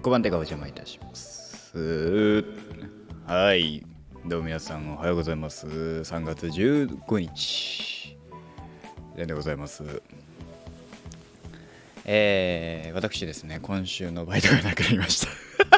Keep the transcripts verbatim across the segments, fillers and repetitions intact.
ごばん手がお邪魔いたします。はい、どうも皆さんおはようございます。さんがつじゅうごにちでございます。えー、私ですね、今週のバイトがなくなりました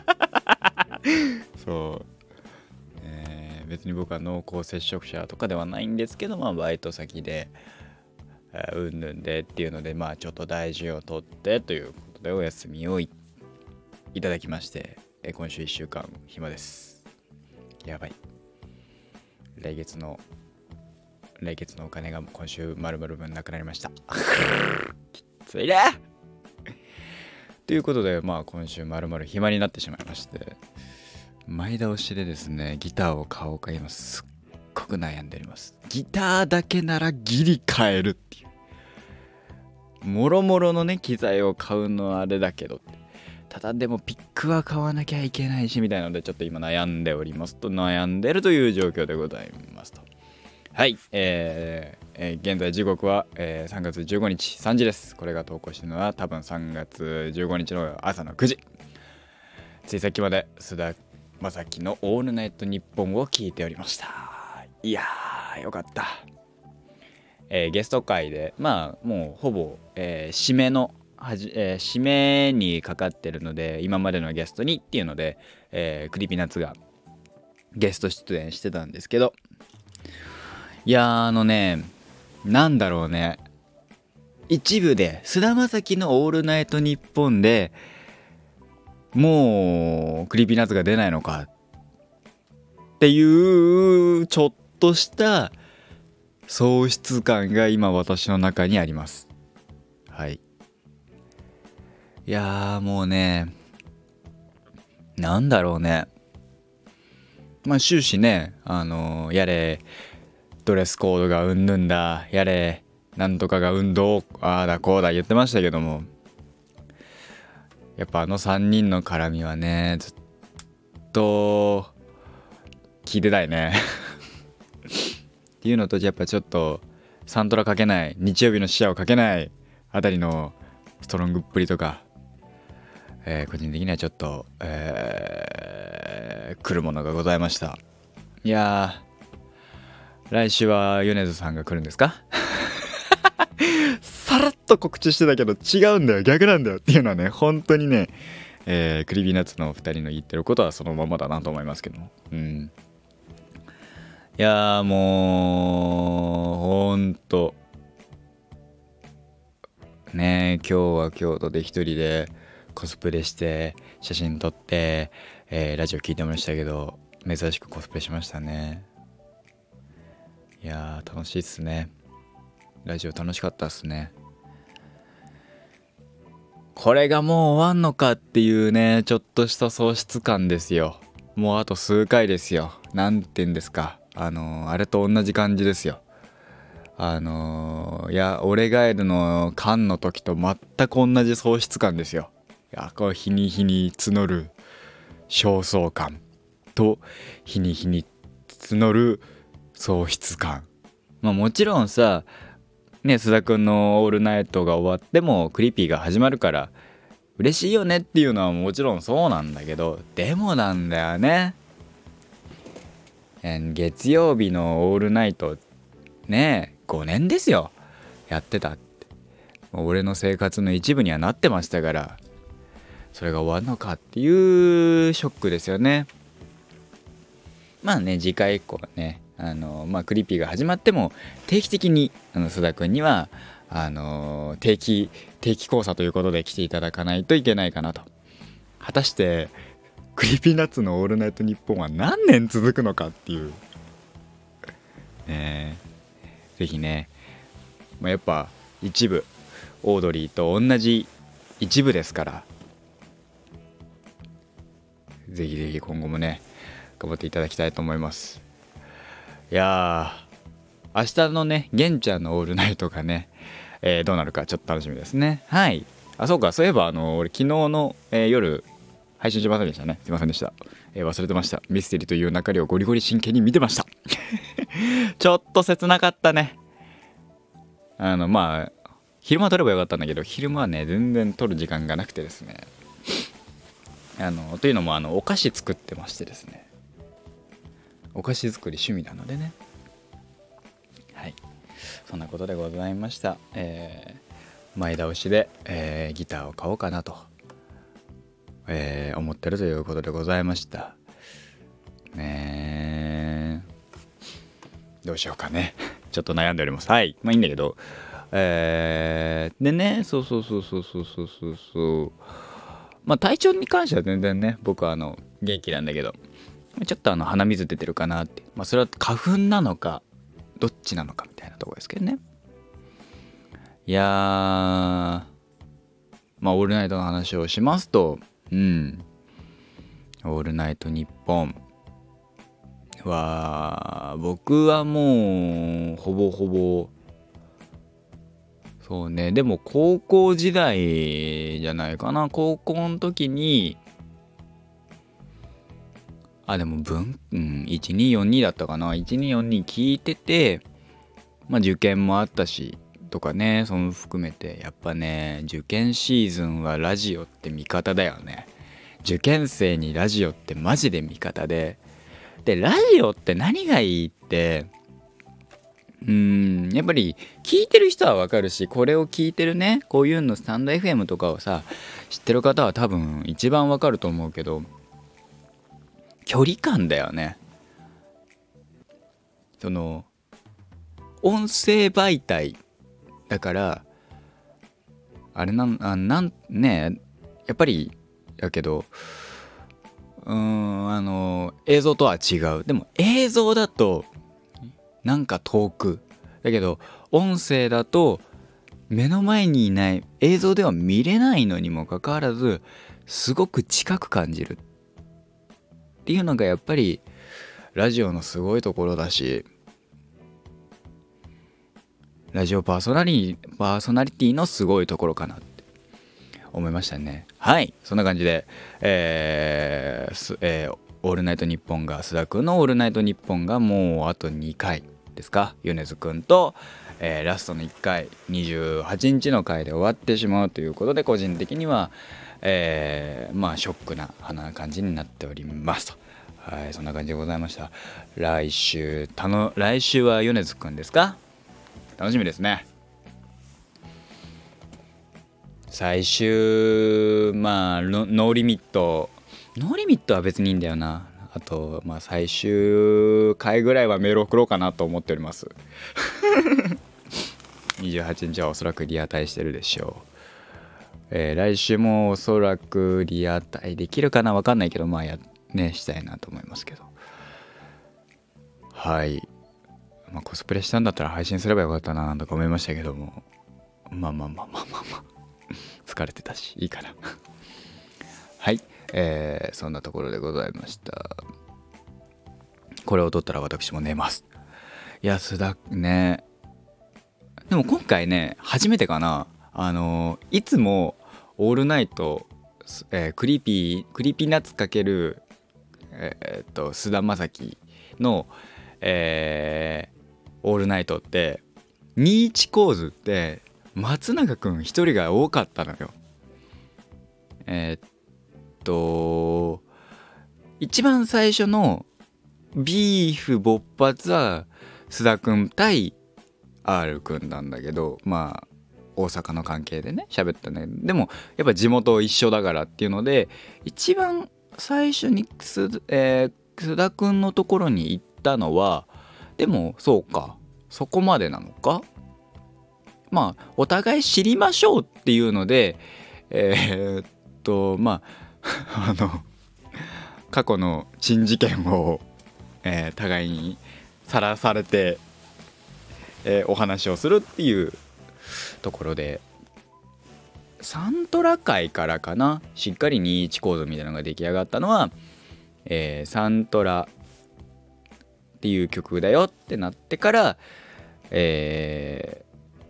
そう、えー、別に僕は濃厚接触者とかではないんですけど、まあバイト先でうんぬんでっていうので、まあちょっと大事を取ってということでお休みを い, いただきまして、え今週いっしゅうかん暇です。やばい、来月の来月のお金が今週丸々分なくなりましたきついねということで、まあ今週丸々暇になってしまいまして、前倒しでですねギターを買おうか今すっごく悩んでおります。ギターだけならギリ買えるっていう、もろもろのね機材を買うのはあれだけど、ただでもピックは買わなきゃいけないしみたいなので、ちょっと今悩んでおりますと悩んでるという状況でございますと。はい、えーえー、現在時刻は、えー、さんがつじゅうごにちさんじです。これが投稿してるのは多分さんがつじゅうごにちの朝のくじ。ついさっきまで須田将暉のオールナイトニッポンを聞いておりました。いやーよかった。えー、ゲスト会でまあもうほぼ、えー、締めのはじ、えー、締めにかかってるので、今までのゲストにっていうので、えー、クリピーナッツがゲスト出演してたんですけど、いやーあのねなんだろうね、一部で菅田将暉のオールナイトニッポンでもうクリピーナッツが出ないのかっていうちょっとした喪失感が今私の中にあります。はい、いやーもうねなんだろうね、まあ終始ねあのー、やれドレスコードがうんぬんだ、やれなんとかが運動ああだこうだ言ってましたけども、やっぱあのさんにんの絡みはねずっと聞いてたいねっていうのと、やっぱちょっとサントラかけない日曜日の視野をかけないあたりのストロングっぷりとか、えー、個人的にはちょっと、えー、来るものがございました。いやー来週は米津さんが来るんですかさらっと告知してたけど違うんだよ、逆なんだよっていうのはね本当にね、えー、クリビーナッツのふたりの言ってることはそのままだなと思いますけども、うん、いやーもうほんとね、今日は京都で一人でコスプレして写真撮って、えー、ラジオ聞いてましたけど、珍しくコスプレしましたね。いやー楽しいっすね。ラジオ楽しかったっすね。これがもう終わんのかっていうねちょっとした喪失感ですよ。もうあと数回ですよ。なんて言うんですか、あのー、あれと同じ感じですよ。あのー、いや俺ガエルの缶の時と全く同じ喪失感ですよ。いやこう日に日に募る焦燥感と日に日に募る喪失感。まあもちろんさね、須田くんのオールナイトが終わってもクリピーが始まるから嬉しいよねっていうのはもちろんそうなんだけど、でもなんだよね、月曜日のオールナイトねごねんですよやってたって、もう俺の生活の一部にはなってましたから、それが終わるのかっていうショックですよね。まあね次回以降ねあのまあクリピーが始まっても定期的にあの須田くんにはあの定期定期講座ということで来ていただかないといけないかなと。果たしてクリピーナッツのオールナイトニッポンは何年続くのかっていうね。ぜひね、まあ、やっぱ一部オードリーと同じ一部ですから、ぜひぜひ今後もね頑張っていただきたいと思います。いやー明日のね玄ちゃんのオールナイトがね、えー、どうなるかちょっと楽しみですね。はい、あそうかそういえばあの俺昨日の、えー、夜配信しませんでしたね。すいませんでした、えー、忘れてました。ミステリという中をゴリゴリ真剣に見てましたちょっと切なかったね。あのまあ昼間撮ればよかったんだけど、昼間はね全然撮る時間がなくてですね、 あのというのもあのお菓子作ってましてですね、お菓子作り趣味なのでね、はい、そんなことでございました。えー、前倒しで、えー、ギターを買おうかなと、えー、思ってるということでございましたね。どうしようかねちょっと悩んでおります。はい、まあいいんだけど、えー、でね、そうそうそうそうそうそうそうそうまあ体調に関しては全然ね、僕はあの元気なんだけど、ちょっとあの鼻水出てるかなって、まあそれは花粉なのかどっちなのかみたいなところですけどね。いやー、まあオールナイトの話をしますと、うんオールナイトニッポンは僕はもうほぼほぼそうね、でも高校時代じゃないかな。高校の時にあでも文、うん、いちにーよんにだったかな。いちにーよんに聞いてて、まあ受験もあったしとかね、その含めてやっぱね、受験シーズンはラジオって味方だよね。受験生にラジオってマジで味方で、でラジオって何がいいってうーんやっぱり聞いてる人はわかるし、これを聞いてるね、こういうのスタンド エフエム とかをさ知ってる方は多分一番わかると思うけど、距離感だよね。その音声媒体だからあれなんあなんねやっぱりだけどうーんあの映像とは違う。でも映像だとなんか遠くだけど、音声だと目の前にいない、映像では見れないのにもかかわらずすごく近く感じるっていうのがやっぱりラジオのすごいところだし、ラジオパーソナリティパーソナリティのすごいところかなって思いましたね。はい、そんな感じで、えーえー、オールナイトニッポンが須田くんのオールナイトニッポンがもうあとにかいですか、米津くんと、えー、ラストのいっかいにじゅうはちにちの回で終わってしまうということで、個人的には、えー、まあショックな感じになっておりますと。はい、そんな感じでございました。来週たの来週は米津くんですか。楽しみですね。最終まあノーリミットノーリミットは別にいいんだよな。あとまあ最終回ぐらいはメール送ろうかなと思っておりますにじゅうはちにちはおそらくリアタイしてるでしょう。えー、来週もおそらくリアタイできるかな、わかんないけど、まあやねしたいなと思いますけど、はい、まあ、コスプレしたんだったら配信すればよかったなとか思いましたけども、まあまあまあまあまあまあ疲れてたしいいかなはい、えー、そんなところでございました。これを撮ったら私も寝ます。いや須田ね、でも今回ね初めてかな。あのいつもオールナイト、えー、クリーピークリーピーナッツかけるえー、っと菅田将暉の、えー、オールナイトってにいち構図って松永くん一人が多かったのよ。えー、っと一番最初のビーフ勃発は須田くん対 R くんなんだけど、まあ大阪の関係でね喋ったんだけど、でもやっぱ地元一緒だからっていうので一番最初に須、えー、須田くんのところに行ったのは、でもそうかそこまでなのか。まあお互い知りましょうっていうのでえー、っとまああの過去の珍事件を、えー、互いにさらされて、えー、お話をするっていうところで、サントラ界からかな、しっかりにじゅういち構図みたいなのが出来上がったのは、えー、サントラっていう曲だよってなってから、え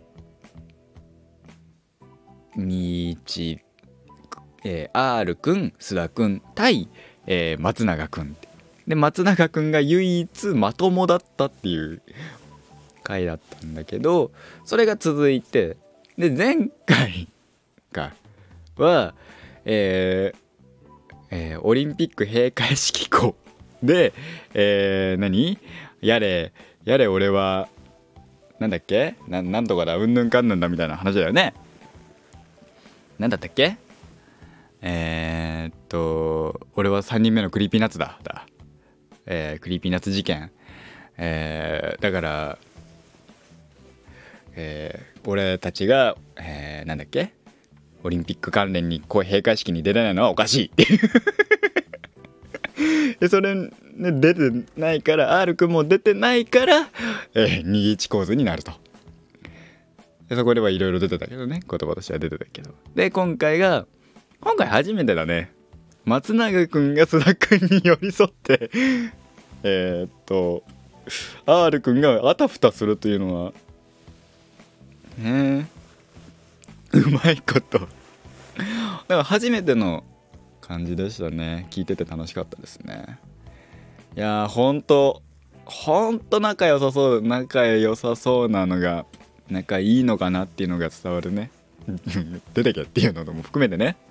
ー、にじゅういち、えー、R くん須田くん対、えー、松永くんってで、松永くんが唯一まともだったっていう回だったんだけど、それが続いて、で前回かは、えーえー、オリンピック閉会式後で、えー、何やれやれ俺はなんだっけ な, なんとかだうんぬんかんぬんだみたいな話だよね。なんだったっけえー、っと俺はさんにんめのクリーピーナッツだだ、えー、クリーピーナッツ事件、えー、だから、えー、俺たちが、えー、なんだっけオリンピック関連にこう閉会式に出れないのはおかしいっていうでそれ、ね、出てないから R くんも出てないから、えー、にいち構図になると。でそこではいろいろ出てたけどね、言葉としては出てたけど、で今回が今回初めてだね。松永くんが須田くんに寄り添ってえーっと R くんがあたふたするというのはねえうまいことだから初めての感じでしたね。聞いてて楽しかったですね。いやーほんとほんと仲良さそう仲良さそうなのが仲いいのかなっていうのが伝わるね出てけっていうのも含めてね。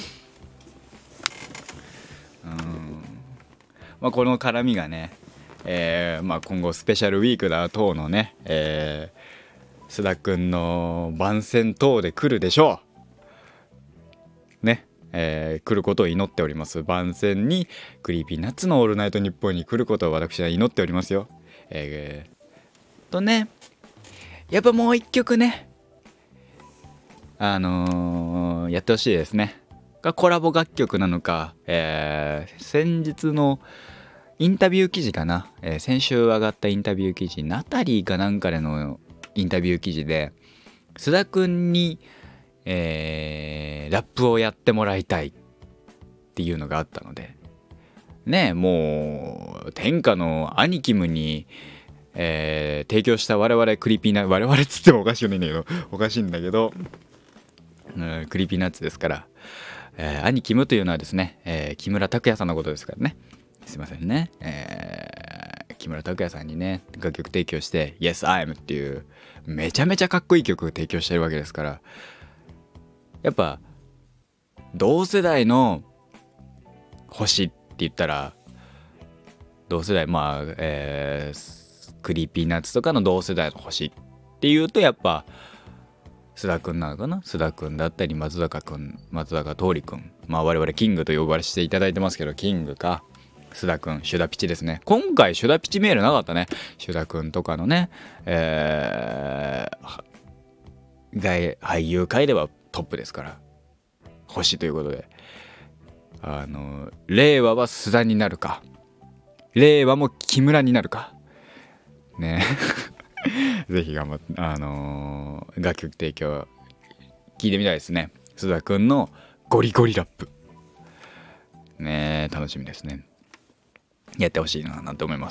うんまあこの絡みがね、えーまあ、今後スペシャルウィークだ等のね、えー、須田くんの番宣等で来るでしょうね。えー、来ることを祈っております。番宣にクリーピーナッツのオールナイトニッポンに来ることを私は祈っておりますよ。えー、とねやっぱもう一曲ねあのー、やってほしいですね。がコラボ楽曲なのか、えー、先日のインタビュー記事かな、えー、先週上がったインタビュー記事ナタリーかなんかでのインタビュー記事で須田くんにえー、ラップをやってもらいたいっていうのがあったのでね、もう天下の兄貴ムに、えー、提供した我々クリーピーナ我々っつってもおかしいんだけどおかしいんだけど、うん、クリーピーナッツですから、えー、兄貴ムというのはですね、えー、木村拓哉さんのことですからね。すいませんね、えー、木村拓哉さんにね楽曲提供して Yes I'm っていうめちゃめちゃかっこいい曲を提供してるわけですから、やっぱ同世代の星って言ったら同世代まあ、えー、クリーピーナッツとかの同世代の星っていうとやっぱ須田くんなのかな。須田くんだったり松坂くん松坂桃李くん、まあ我々キングと呼ばれていただいてますけどキングか須田くんシュダピチですね。今回シュダピチメールなかったね。シュダくんとかのね、えー、俳優界ではトップですから星ということで、あの令和は須田になるか令和も木村になるかねぜひ頑張って、あのー、楽曲提供聞いてみたいですね。須田くんのゴリゴリラップね楽しみですね。やってほしいななんて思います。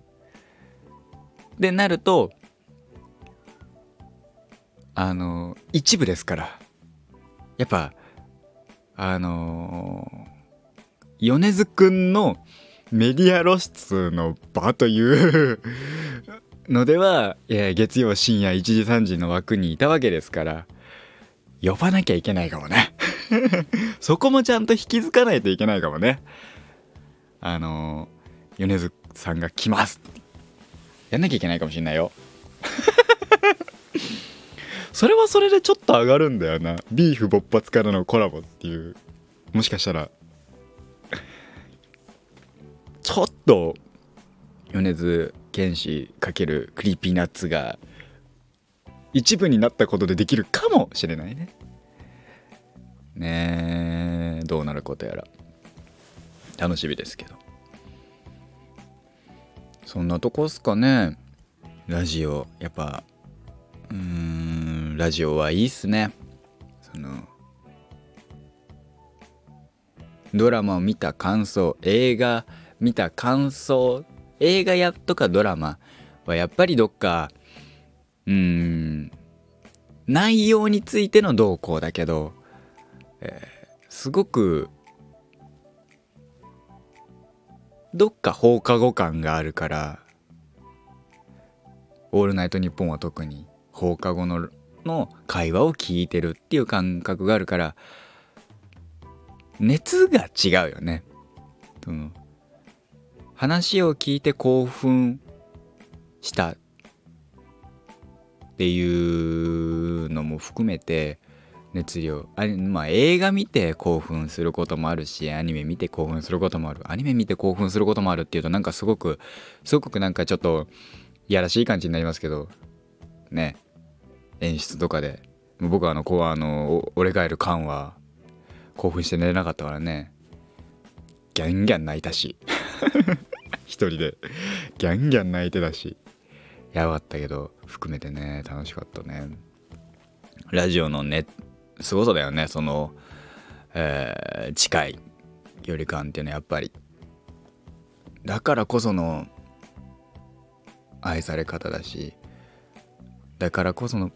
でなるとあのー、一部ですからやっぱあのー、米津くんのメディア露出の場というのでは、えー、月曜深夜いちじさんじの枠にいたわけですから呼ばなきゃいけないかもねそこもちゃんと引き継がないといけないかもね。あのー、米津さんが来ますやんなきゃいけないかもしれないよそれはそれでちょっと上がるんだよな。ビーフ勃発からのコラボっていう、もしかしたらちょっと米津玄師×クリーピーナッツが一部になったことでできるかもしれないね。ねえどうなることやら楽しみですけど、そんなとこっすかね。ラジオやっぱうーんラジオはいいっすね。そのドラマを見た感想、映画見た感想、映画やとかドラマはやっぱりどっかうーん内容についてのどうこうだけど、えー、すごくどっか放課後感があるから、オールナイトニッポンは特に放課後のの会話を聞いてるっていう感覚があるから、 熱が違うよね。その話を聞いて興奮したっていうのも含めて熱量あれ、まあ映画見て興奮することもあるし、アニメ見て興奮することもあるアニメ見て興奮することもあるっていうと、なんかすごくすごくなんかちょっといやらしい感じになりますけどね。演出とかで僕はあのこうあの俺がいる缶は興奮して寝れなかったからね、ギャンギャン泣いたし一人でギャンギャン泣いてたし、やばかったけど含めてね楽しかったね。ラジオのねすごさだよね。その、えー、近い距離感っていうのはやっぱりだからこその愛され方だし、だからこその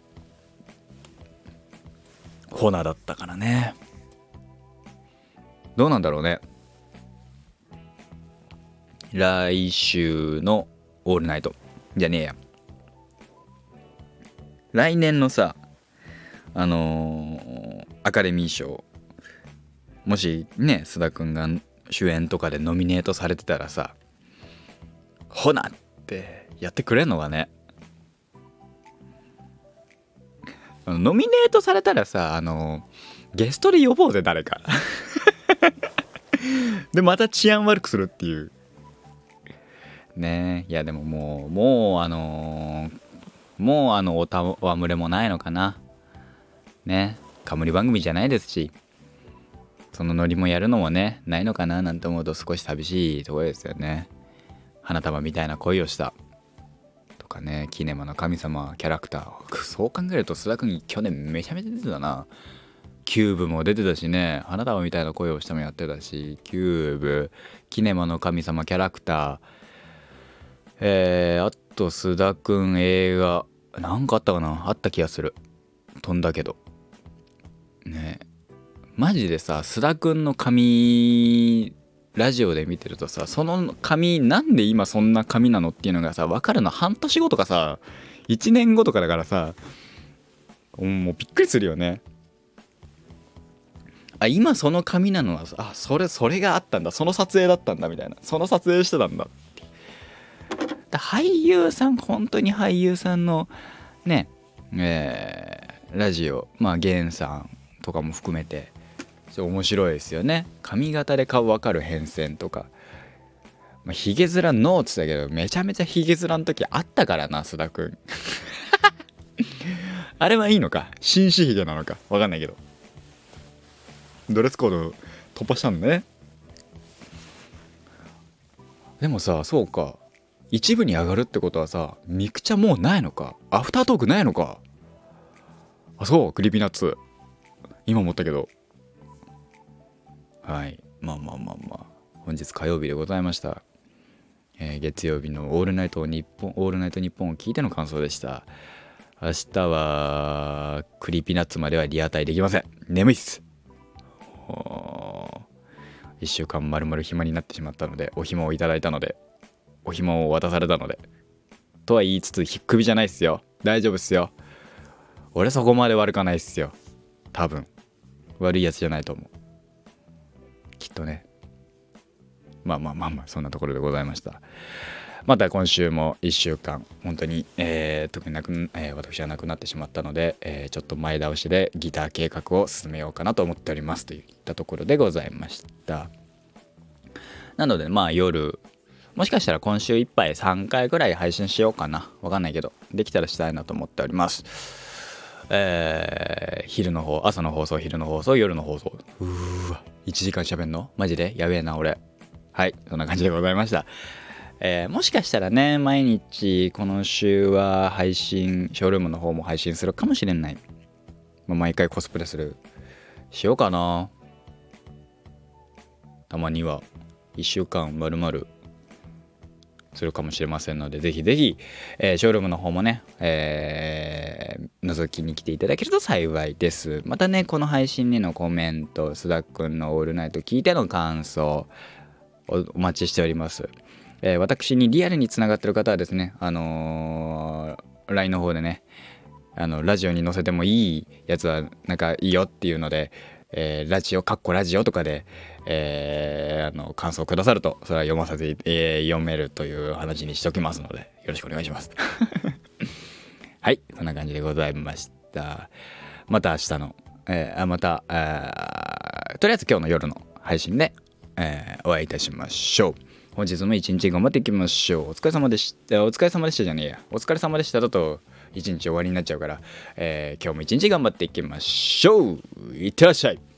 ホナだったからね。どうなんだろうね、来週のオールナイトじゃねえや来年のさあのー、アカデミー賞、もしね須田くんが主演とかでノミネートされてたらさ、ホナってやってくれんのかね。ノミネートされたらさ、あのゲストで呼ぼうぜ誰かでまた治安悪くするっていうね。いやでももうもうあのー、もうあのおたわむれもないのかなね。冠番組じゃないですし、そのノリもやるのもねないのかななんて思うと少し寂しいところですよね。花束みたいな恋をしたとかね、キネマの神様キャラクター、そう考えると須田くん去年めちゃめちゃ出てたな。キューブも出てたしね、花束みたいな恋をしたもやってたし、キューブ、キネマの神様キャラクター、えー、あと須田くん映画なんかあったかな、あった気がする。飛んだけどね。マジでさ須田くんの髪ラジオで見てるとさ、その髪なんで今そんな髪なのっていうのがさ分かるの半年後とかさいちねんごとかだからさ、もうびっくりするよね。あ今その髪なのはあそれそれがあったんだ、その撮影だったんだみたいな、その撮影してたんだって。だ俳優さん本当に俳優さんのねえー、ラジオまあ源さんとかも含めて面白いですよね。髪型で顔分かる変遷とか、まあ、ヒゲ面ノーって言ったけどめちゃめちゃヒゲ面の時あったからな須田くんあれはいいのか紳士ヒゲなのか分かんないけどドレスコード突破したんだね。でもさそうか一部に上がるってことはさミクチャもうないのか、アフタートークないのか。あそうクリーピーナッツ今思ったけど、はいまあまあまあまあ本日火曜日でございました、えー、月曜日のオールナイトニッポンオールナイトニッポンを聞いての感想でした。明日はクリーピーナッツまではリアタイできません。眠いっす。いっしゅうかんまるまる暇になってしまったので、お暇をいただいたので、お暇を渡されたのでとは言いつつひっくびじゃないっすよ。大丈夫っすよ。俺そこまで悪かないっすよ。多分悪いやつじゃないと思うきっとね。まあまあまあまあそんなところでございました。また今週もいっしゅうかん本当に、えー、特になく、えー、私は亡くなってしまったので、えー、ちょっと前倒しでギター計画を進めようかなと思っておりますといったところでございました。なのでまあ夜もしかしたら今週いっぱいさんかいぐらい配信しようかな、わかんないけどできたらしたいなと思っております。えー、昼の方朝の放送昼の放送夜の放送、うーわいちじかん喋んのマジでやべえな俺。はいそんな感じでございました。えー、もしかしたらね毎日この週は配信ショールームの方も配信するかもしれない、まあ、毎回コスプレするしようかな。たまにはいっしゅうかんまるまるするかもしれませんので、ぜひぜひ、えー、ショールームの方もね、えー、覗きに来ていただけると幸いです。またねこの配信にのコメント、須田くんのオールナイト聞いての感想 お, お待ちしております。えー、私にリアルにつながってる方はですね、あのー、ライン の方でね、あのラジオに載せてもいいやつはなんかいいよっていうのでえー、ラジオかっこラジオとかで、えー、あの感想をくださるとそれは読ませて、えー、読めるという話にしておきますのでよろしくお願いしますはい、そんな感じでございました。また明日の、えー、また、えー、とりあえず今日の夜の配信で、えー、お会いいたしましょう。本日も一日頑張っていきましょう。お疲れ様でした。お疲れ様でしたじゃねえや。お疲れ様でしただと一日終わりになっちゃうから、えー、今日も一日頑張っていきましょう。いってらっしゃい。